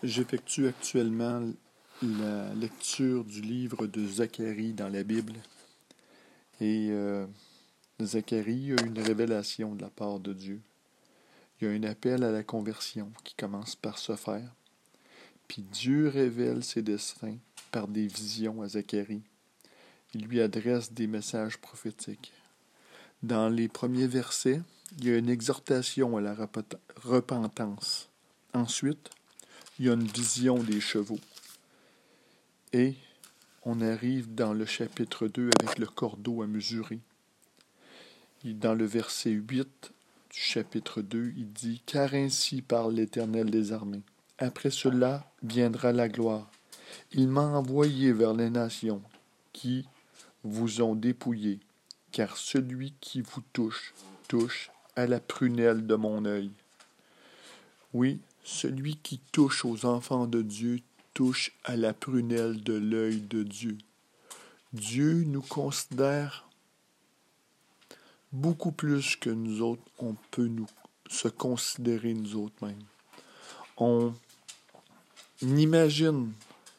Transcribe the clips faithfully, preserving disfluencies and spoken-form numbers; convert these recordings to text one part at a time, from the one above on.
J'effectue actuellement la lecture du livre de Zacharie dans la Bible. Et euh, Zacharie a une révélation de la part de Dieu. Il y a un appel à la conversion qui commence par se faire. Puis Dieu révèle ses desseins par des visions à Zacharie. Il lui adresse des messages prophétiques. Dans les premiers versets, il y a une exhortation à la repentance. Ensuite, il y a une vision des chevaux. Et on arrive dans le chapitre deux avec le cordeau à mesurer. Et dans le verset huit du chapitre deux, il dit « Car ainsi parle l'Éternel des armées. Après cela viendra la gloire. Il m'a envoyé vers les nations qui vous ont dépouillé, car celui qui vous touche, touche à la prunelle de mon œil. » Oui, celui qui touche aux enfants de Dieu touche à la prunelle de l'œil de Dieu. Dieu nous considère beaucoup plus que nous autres, on peut nous se considérer nous autres mêmes. On imagine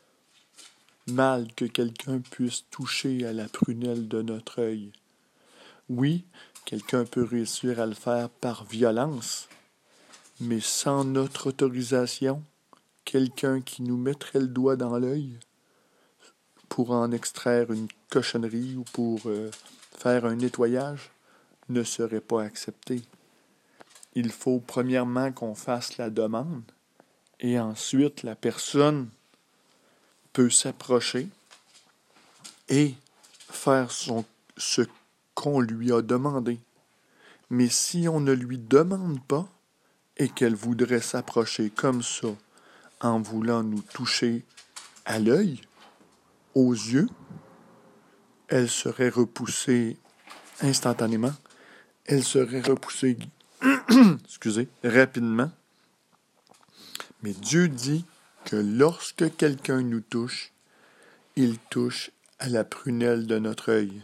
mal que quelqu'un puisse toucher à la prunelle de notre œil. Oui, quelqu'un peut réussir à le faire par violence, mais sans notre autorisation, quelqu'un qui nous mettrait le doigt dans l'œil pour en extraire une cochonnerie ou pour euh, faire un nettoyage ne serait pas accepté. Il faut premièrement qu'on fasse la demande et ensuite la personne peut s'approcher et faire son, ce qu'on lui a demandé. Mais si on ne lui demande pas et qu'elle voudrait s'approcher comme ça en voulant nous toucher à l'œil, aux yeux, elle serait repoussée instantanément. Elle serait repoussée excusez, rapidement. Mais Dieu dit que lorsque quelqu'un nous touche, il touche à la prunelle de notre œil.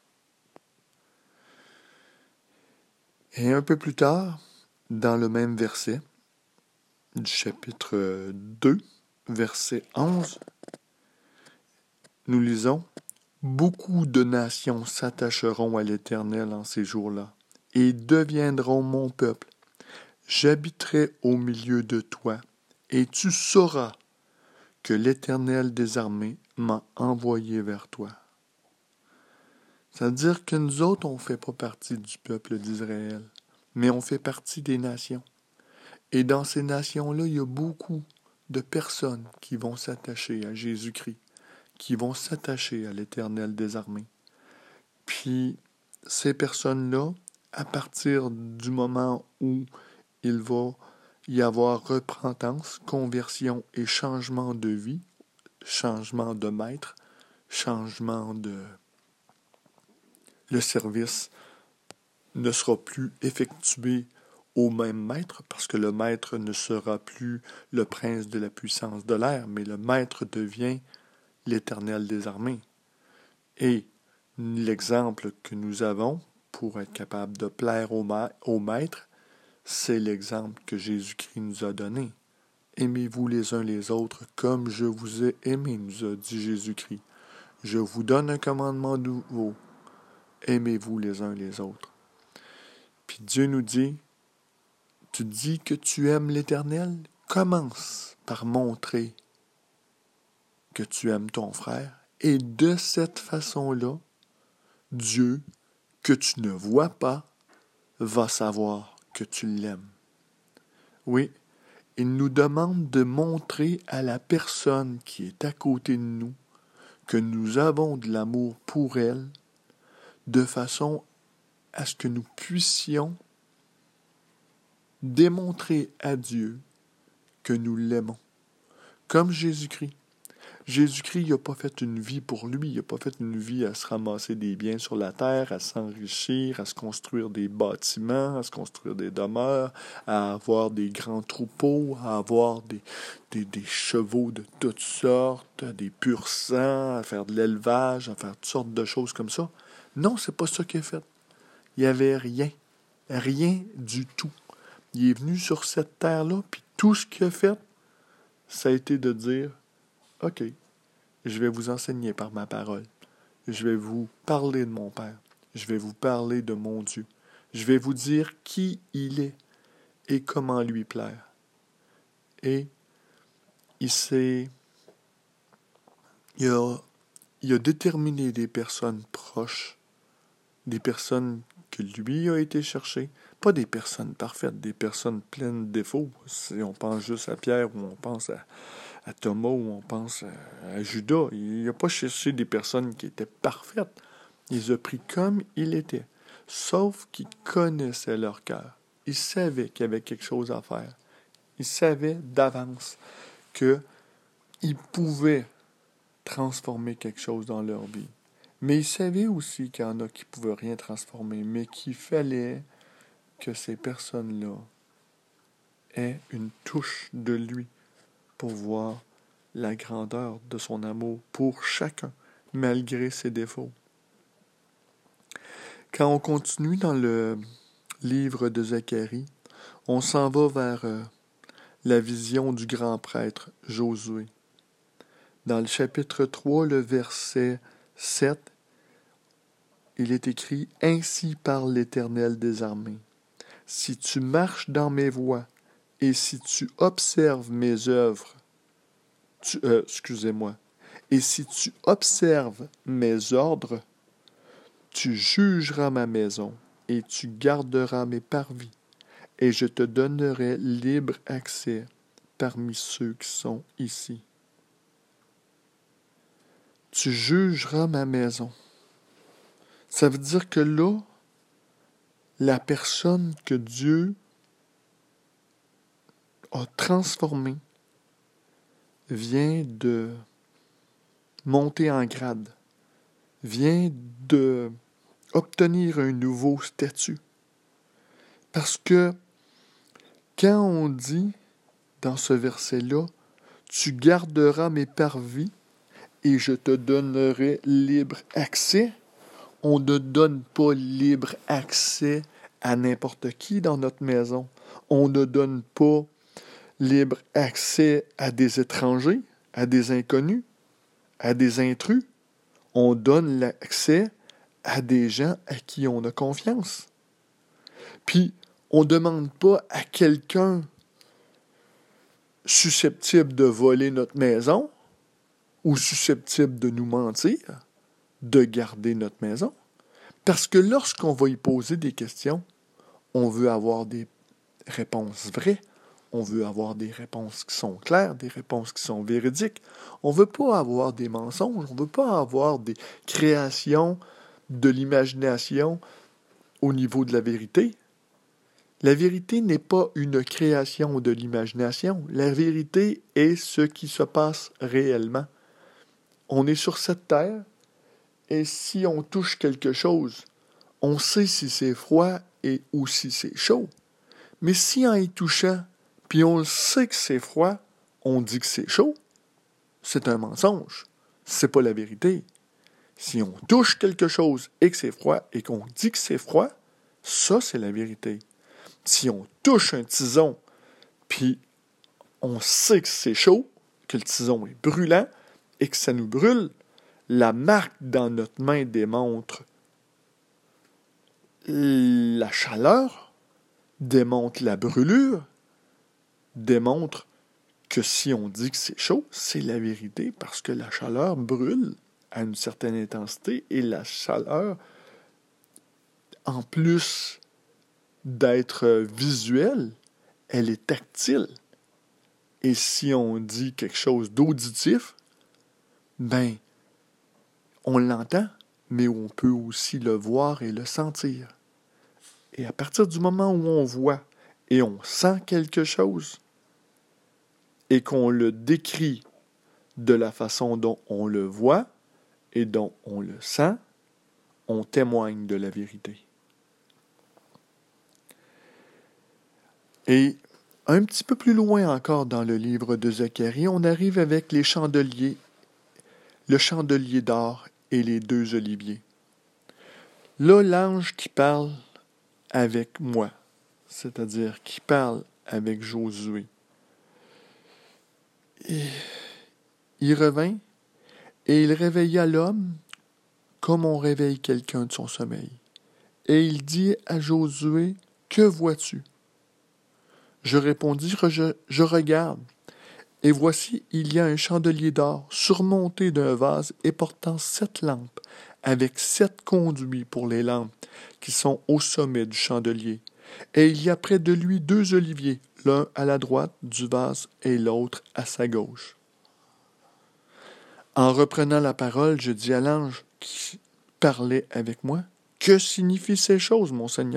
Et un peu plus tard, dans le même verset, du chapitre deux, verset onze, nous lisons « Beaucoup de nations s'attacheront à l'Éternel en ces jours-là, et deviendront mon peuple. J'habiterai au milieu de toi, et tu sauras que l'Éternel des armées m'a envoyé vers toi. » C'est-à-dire que nous autres, on ne fait pas partie du peuple d'Israël, mais on fait partie des nations. Et dans ces nations-là, il y a beaucoup de personnes qui vont s'attacher à Jésus-Christ, qui vont s'attacher à l'Éternel des armées. Puis, ces personnes-là, à partir du moment où il va y avoir repentance, conversion et changement de vie, changement de maître, changement de... Le service ne sera plus effectué au même maître, parce que le maître ne sera plus le prince de la puissance de l'air, mais le maître devient l'Éternel des armées. Et l'exemple que nous avons pour être capable de plaire au, ma- au maître, c'est l'exemple que Jésus-Christ nous a donné. Aimez-vous les uns les autres comme je vous ai aimé, nous a dit Jésus-Christ. Je vous donne un commandement nouveau. Aimez-vous les uns les autres. Puis Dieu nous dit, tu dis que tu aimes l'Éternel, commence par montrer que tu aimes ton frère. Et de cette façon-là, Dieu, que tu ne vois pas, va savoir que tu l'aimes. Oui, il nous demande de montrer à la personne qui est à côté de nous que nous avons de l'amour pour elle, de façon à ce que nous puissions démontrer à Dieu que nous l'aimons. Comme Jésus-Christ. Jésus-Christ n'a pas fait une vie pour lui, il n'a pas fait une vie à se ramasser des biens sur la terre, à s'enrichir, à se construire des bâtiments, à se construire des demeures, à avoir des grands troupeaux, à avoir des, des, des chevaux de toutes sortes, des pur sang, à faire de l'élevage, à faire toutes sortes de choses comme ça. Non, c'est pas ça qu'il a fait. Il n'y avait rien. Rien du tout. Il est venu sur cette terre-là, puis tout ce qu'il a fait, ça a été de dire, OK, je vais vous enseigner par ma parole. Je vais vous parler de mon Père. Je vais vous parler de mon Dieu. Je vais vous dire qui il est et comment lui plaire. Et il s'est... Il a, il a déterminé des personnes proches, des personnes que lui a été chercher, pas des personnes parfaites, des personnes pleines de défauts. Si on pense juste à Pierre ou on pense à, à Thomas ou on pense à, à Judas, il n'a pas cherché des personnes qui étaient parfaites. Il les a pris comme il était, sauf qu'il connaissait leur cœur. Il savait qu'il y avait quelque chose à faire. Il savait d'avance qu'il pouvait transformer quelque chose dans leur vie. Mais il savait aussi qu'il y en a qui ne pouvaient rien transformer, mais qu'il fallait que ces personnes-là aient une touche de lui pour voir la grandeur de son amour pour chacun, malgré ses défauts. Quand on continue dans le livre de Zacharie, on s'en va vers euh, la vision du grand prêtre Josué. Dans le chapitre trois, le verset sept, il est écrit « Ainsi parle l'Éternel des armées. Si tu marches dans mes voies et si tu observes mes œuvres, tu, euh, excusez-moi, et si tu observes mes ordres, tu jugeras ma maison et tu garderas mes parvis, et je te donnerai libre accès parmi ceux qui sont ici. Tu jugeras ma maison. » Ça veut dire que là, la personne que Dieu a transformée vient de monter en grade, vient de obtenir un nouveau statut. Parce que quand on dit dans ce verset-là, tu garderas mes parvis et je te donnerai libre accès, on ne donne pas libre accès à n'importe qui dans notre maison. On ne donne pas libre accès à des étrangers, à des inconnus, à des intrus. On donne l'accès à des gens à qui on a confiance. Puis, on ne demande pas à quelqu'un susceptible de voler notre maison ou susceptible de nous mentir de garder notre maison. Parce que lorsqu'on va y poser des questions, on veut avoir des réponses vraies, on veut avoir des réponses qui sont claires, des réponses qui sont véridiques. On ne veut pas avoir des mensonges, on ne veut pas avoir des créations de l'imagination au niveau de la vérité. La vérité n'est pas une création de l'imagination. La vérité est ce qui se passe réellement. On est sur cette terre, et si on touche quelque chose, on sait si c'est froid et ou si c'est chaud. Mais si en y touchant, puis on sait que c'est froid, on dit que c'est chaud, c'est un mensonge. C'est pas la vérité. Si on touche quelque chose et que c'est froid et qu'on dit que c'est froid, ça c'est la vérité. Si on touche un tison, puis on sait que c'est chaud, que le tison est brûlant et que ça nous brûle, la marque dans notre main démontre la chaleur, démontre la brûlure, démontre que si on dit que c'est chaud, c'est la vérité parce que la chaleur brûle à une certaine intensité et la chaleur, en plus d'être visuelle, elle est tactile. Et si on dit quelque chose d'auditif, ben, on l'entend, mais on peut aussi le voir et le sentir. Et à partir du moment où on voit et on sent quelque chose, et qu'on le décrit de la façon dont on le voit et dont on le sent, on témoigne de la vérité. Et un petit peu plus loin encore dans le livre de Zacharie, on arrive avec les chandeliers, le chandelier d'or et les deux oliviers. Là, l'ange qui parle avec moi, c'est-à-dire qui parle avec Josué, Et il revint et il réveilla l'homme comme on réveille quelqu'un de son sommeil. Et il dit à Josué, « Que vois-tu? » Je répondis, je, je regarde, et voici, il y a un chandelier d'or surmonté d'un vase et portant sept lampes, avec sept conduits pour les lampes qui sont au sommet du chandelier. Et il y a près de lui deux oliviers, l'un à la droite du vase et l'autre à sa gauche. En reprenant la parole, je dis à l'ange qui parlait avec moi, « Que signifient ces choses, mon Seigneur? »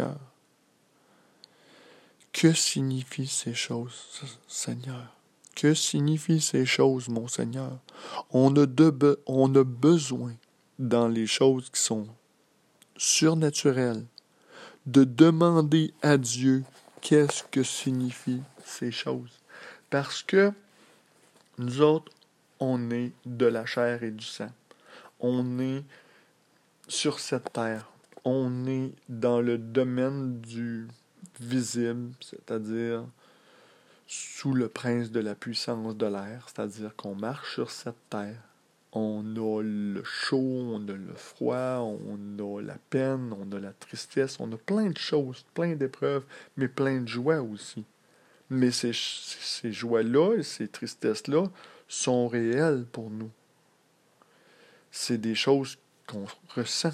Que signifient ces choses, Seigneur? Que signifient ces choses, mon Seigneur? On a, de be- on a besoin, dans les choses qui sont surnaturelles, de demander à Dieu qu'est-ce que signifient ces choses. Parce que nous autres, on est de la chair et du sang. On est sur cette terre. On est dans le domaine du visible, c'est-à-dire sous le prince de la puissance de l'air, c'est-à-dire qu'on marche sur cette terre. On a le chaud, on a le froid, on a la peine, on a la tristesse, on a plein de choses, plein d'épreuves, mais plein de joies aussi. Mais ces, ces joies-là et ces tristesses-là sont réelles pour nous. C'est des choses qu'on ressent.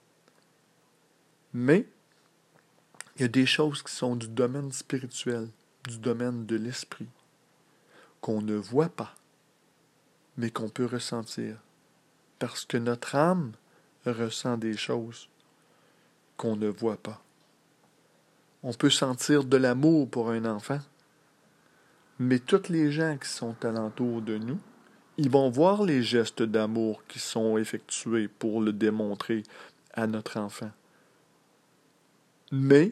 Mais il y a des choses qui sont du domaine spirituel, du domaine de l'esprit, qu'on ne voit pas, mais qu'on peut ressentir. Parce que notre âme ressent des choses qu'on ne voit pas. On peut sentir de l'amour pour un enfant, mais tous les gens qui sont alentour de nous, ils vont voir les gestes d'amour qui sont effectués pour le démontrer à notre enfant. Mais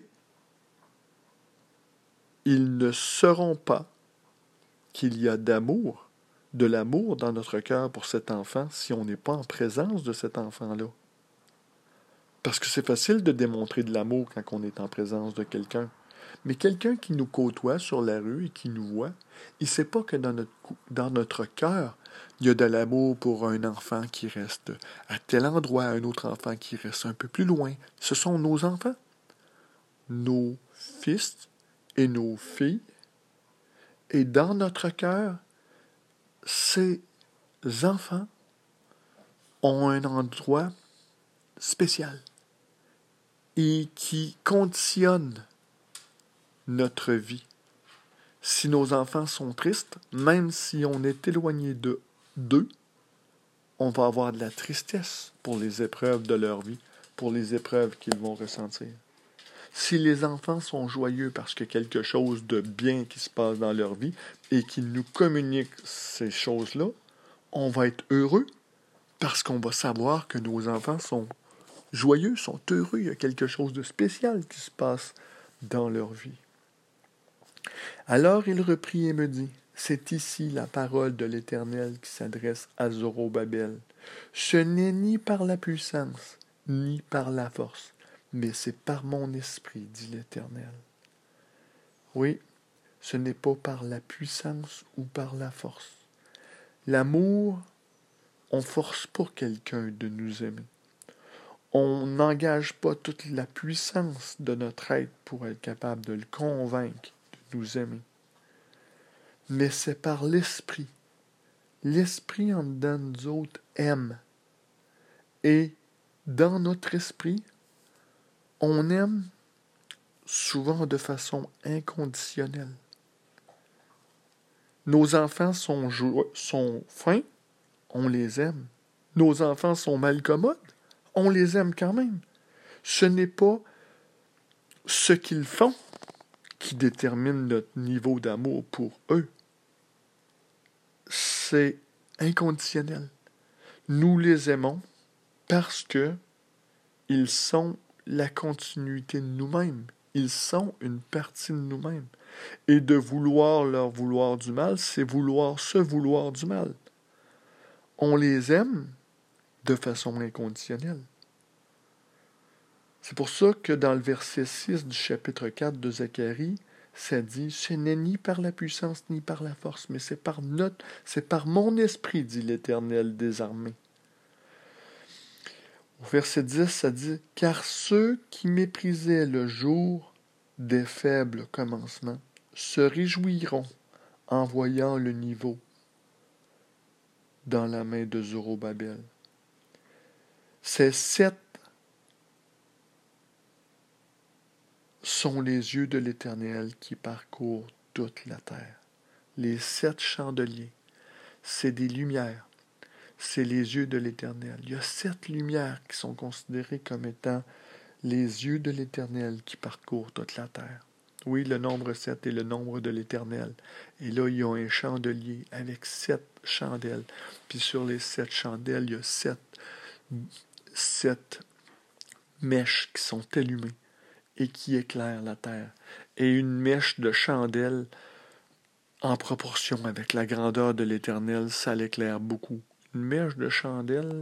ils ne sauront pas qu'il y a d'amour, de l'amour dans notre cœur pour cet enfant si on n'est pas en présence de cet enfant-là. Parce que c'est facile de démontrer de l'amour quand on est en présence de quelqu'un. Mais quelqu'un qui nous côtoie sur la rue et qui nous voit, il ne sait pas que dans notre, dans notre cœur, il y a de l'amour pour un enfant qui reste à tel endroit, un autre enfant qui reste un peu plus loin. Ce sont nos enfants, nos fils et nos filles. Et dans notre cœur, ces enfants ont un endroit spécial et qui conditionne notre vie. Si nos enfants sont tristes, même si on est éloigné de, d'eux, on va avoir de la tristesse pour les épreuves de leur vie, pour les épreuves qu'ils vont ressentir. Si les enfants sont joyeux parce qu'il y a quelque chose de bien qui se passe dans leur vie et qu'ils nous communiquent ces choses-là, on va être heureux parce qu'on va savoir que nos enfants sont joyeux, sont heureux. Il y a quelque chose de spécial qui se passe dans leur vie. Alors il reprit et me dit, c'est ici la parole de l'Éternel qui s'adresse à Zorobabel. Ce n'est ni par la puissance, ni par la force, mais c'est par mon esprit, dit l'Éternel. Oui, ce n'est pas par la puissance ou par la force. L'amour, on force pas quelqu'un de nous aimer. On n'engage pas toute la puissance de notre être pour être capable de le convaincre de nous aimer. Mais c'est par l'esprit. L'esprit en dedans de nous autres aime. Et dans notre esprit, on aime souvent de façon inconditionnelle. Nos enfants sont, jo- sont fins, on les aime. Nos enfants sont malcommodes, on les aime quand même. Ce n'est pas ce qu'ils font qui détermine notre niveau d'amour pour eux. C'est inconditionnel. Nous les aimons parce que ils sont la continuité de nous-mêmes. Ils sont une partie de nous-mêmes. Et de vouloir leur vouloir du mal, c'est vouloir se vouloir du mal. On les aime de façon inconditionnelle. C'est pour ça que dans le verset six du chapitre quatre de Zacharie, ça dit, ce n'est ni par la puissance ni par la force, mais c'est par notre, c'est par mon esprit, dit l'Éternel des armées. Au verset dix, ça dit, car ceux qui méprisaient le jour des faibles commencements se réjouiront en voyant le niveau dans la main de Zorobabel. Ces sept sont les yeux de l'Éternel qui parcourent toute la terre. Les sept chandeliers, c'est des lumières. C'est les yeux de l'Éternel. Il y a sept lumières qui sont considérées comme étant les yeux de l'Éternel qui parcourent toute la terre. Oui, le nombre sept est le nombre de l'Éternel. Et là, il y a un chandelier avec sept chandelles. Puis sur les sept chandelles, il y a sept, sept mèches qui sont allumées et qui éclairent la terre. Et une mèche de chandelle, en proportion avec la grandeur de l'Éternel, ça l'éclaire beaucoup. Une mèche de chandelle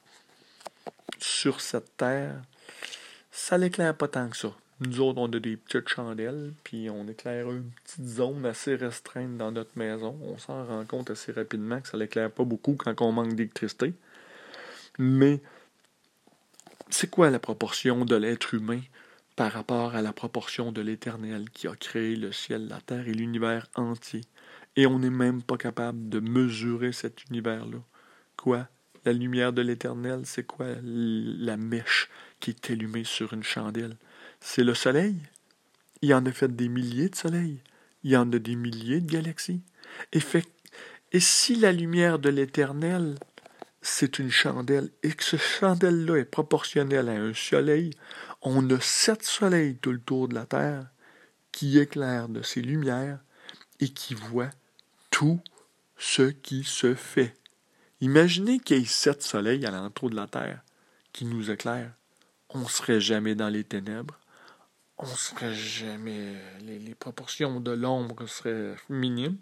sur cette terre, ça l'éclaire pas tant que ça. Nous autres, on a des petites chandelles, puis on éclaire une petite zone assez restreinte dans notre maison. On s'en rend compte assez rapidement que ça l'éclaire pas beaucoup quand on manque d'électricité. Mais c'est quoi la proportion de l'être humain par rapport à la proportion de l'Éternel qui a créé le ciel, la terre et l'univers entier? Et on n'est même pas capable de mesurer cet univers-là. Quoi? La lumière de l'Éternel, c'est quoi la mèche qui est allumée sur une chandelle? C'est le soleil. Il y en a fait des milliers de soleils. Il y en a des milliers de galaxies. Et, fait, et si la lumière de l'Éternel, c'est une chandelle, et que ce chandelle-là est proportionnel à un soleil, on a sept soleils tout le tour de la Terre qui éclairent de ces lumières et qui voient tout ce qui se fait. Imaginez qu'il y ait sept soleils alentour de la Terre qui nous éclairent. On ne serait jamais dans les ténèbres. On serait jamais... Les, les proportions de l'ombre seraient minimes.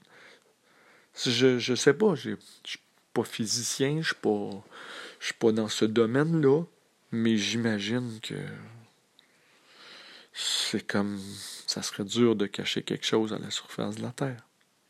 Je ne sais pas. Je ne suis pas physicien. Je ne suis pas, je suis pas dans ce domaine-là. Mais j'imagine que c'est comme... Ça serait dur de cacher quelque chose à la surface de la Terre.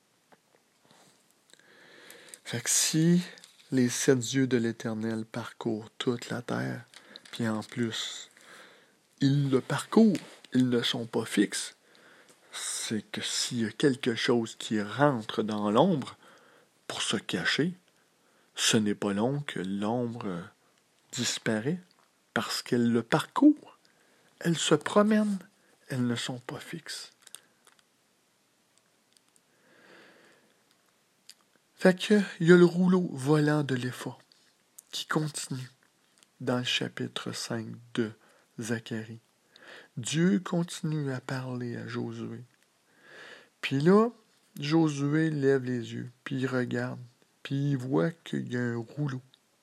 Fait que si... les sept yeux de l'Éternel parcourent toute la terre, puis en plus, ils le parcourent, ils ne sont pas fixes. C'est que s'il y a quelque chose qui rentre dans l'ombre pour se cacher, ce n'est pas long que l'ombre disparaît parce qu'elle le parcourt. Elles se promènent, elles ne sont pas fixes. Fait que, il y a le rouleau volant de l'Épha qui continue dans le chapitre cinq de Zacharie. Dieu continue à parler à Josué. Puis là, Josué lève les yeux, puis il regarde, puis il voit qu'il y a un rouleau.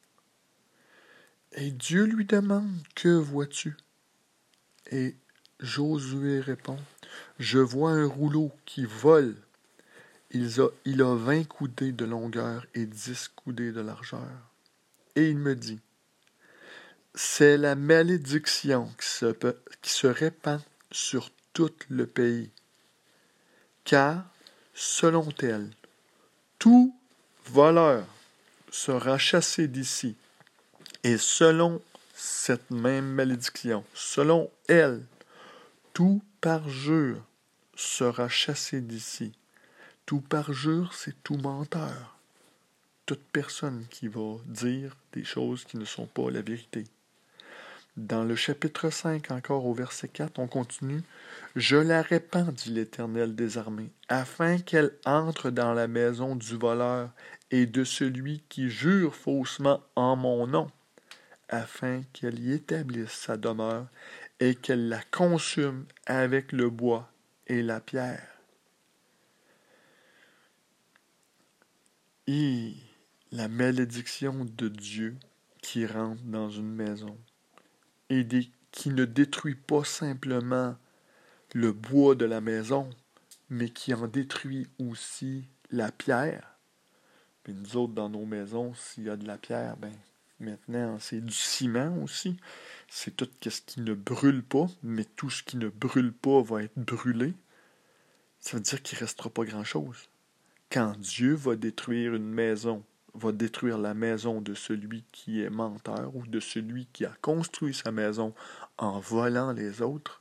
Et Dieu lui demande, que vois-tu? Et Josué répond, je vois un rouleau qui vole. Il a, il a vingt coudées de longueur et dix coudées de largeur. Et il me dit, c'est la malédiction qui se, qui se répand sur tout le pays. Car, selon elle, tout voleur sera chassé d'ici. Et selon cette même malédiction, selon elle, tout parjure sera chassé d'ici. Tout parjure, c'est tout menteur. Toute personne qui va dire des choses qui ne sont pas la vérité. Dans le chapitre cinq, encore au verset quatre, on continue. « Je la répands, dit l'Éternel des armées, afin qu'elle entre dans la maison du voleur et de celui qui jure faussement en mon nom, afin qu'elle y établisse sa demeure et qu'elle la consume avec le bois et la pierre. » Et la malédiction de Dieu qui rentre dans une maison et des, qui ne détruit pas simplement le bois de la maison, mais qui en détruit aussi la pierre. Puis nous autres, dans nos maisons, s'il y a de la pierre, ben maintenant, c'est du ciment aussi. C'est tout ce qui ne brûle pas, mais tout ce qui ne brûle pas va être brûlé. ça veut dire qu'il ne restera pas grand-chose. Quand Dieu va détruire une maison, va détruire la maison de celui qui est menteur ou de celui qui a construit sa maison en volant les autres,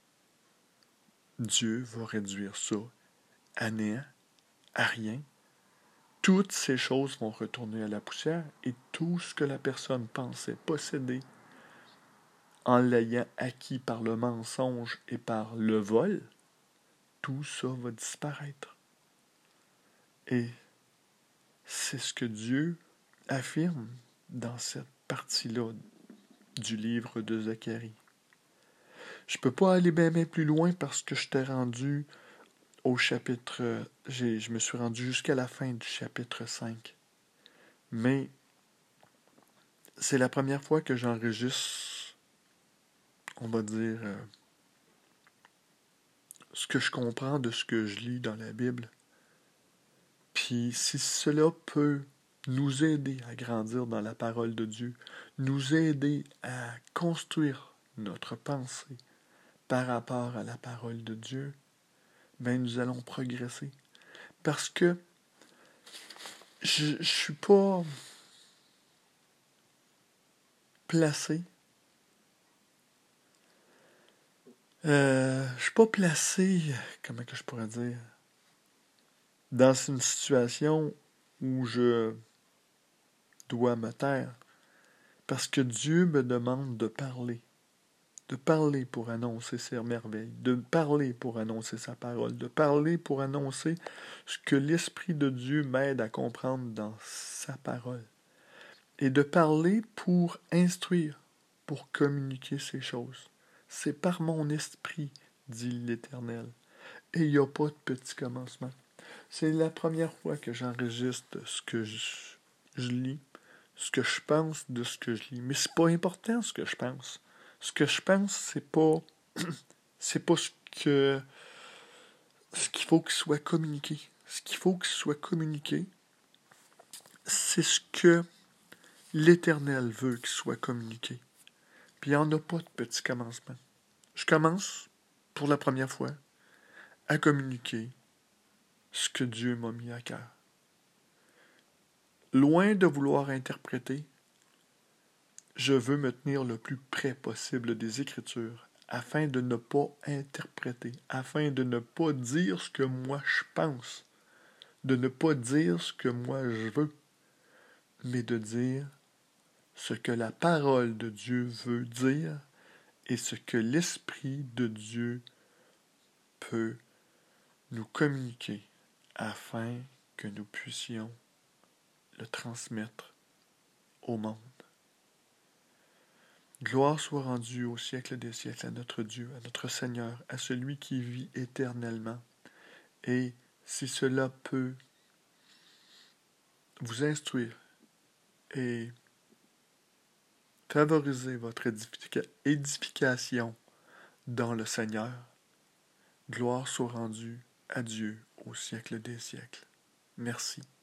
Dieu va réduire ça à néant, à rien. Toutes ces choses vont retourner à la poussière et tout ce que la personne pensait posséder en l'ayant acquis par le mensonge et par le vol, tout ça va disparaître. Et c'est ce que Dieu affirme dans cette partie-là du livre de Zacharie. Je peux pas aller bien, bien plus loin parce que je t'ai rendu au chapitre... J'ai, je me suis rendu jusqu'à la fin du chapitre cinq. Mais c'est la première fois que j'enregistre, on va dire, euh, ce que je comprends de ce que je lis dans la Bible. Puis si cela peut nous aider à grandir dans la parole de Dieu, nous aider à construire notre pensée par rapport à la parole de Dieu, ben nous allons progresser. Parce que je ne suis pas placé. Euh, je suis pas placé, comment que je pourrais dire, dans une situation où je dois me taire. Parce que Dieu me demande de parler. De parler pour annoncer ses merveilles, de parler pour annoncer sa parole, de parler pour annoncer ce que l'Esprit de Dieu m'aide à comprendre dans sa parole, et de parler pour instruire, pour communiquer ces choses. C'est par mon esprit, dit l'Éternel, et il n'y a pas de petit commencement. C'est la première fois que j'enregistre ce que je, je lis, ce que je pense de ce que je lis, mais c'est pas important ce que je pense. Ce que je pense, c'est pas c'est pas ce que ce qu'il faut qu'il soit communiqué. Ce qu'il faut qu'il soit communiqué, c'est ce que l'Éternel veut qu'il soit communiqué. Puis il n'y en a pas de petit commencement. Je commence, pour la première fois, à communiquer ce que Dieu m'a mis à cœur. Loin de vouloir interpréter, je veux me tenir le plus près possible des Écritures, afin de ne pas interpréter, afin de ne pas dire ce que moi je pense, de ne pas dire ce que moi je veux, mais de dire ce que la parole de Dieu veut dire et ce que l'Esprit de Dieu peut nous communiquer afin que nous puissions le transmettre au monde. Gloire soit rendue au siècle des siècles à notre Dieu, à notre Seigneur, à celui qui vit éternellement. Et si cela peut vous instruire et favoriser votre édifica- édification dans le Seigneur, gloire soit rendue à Dieu au siècle des siècles. Merci.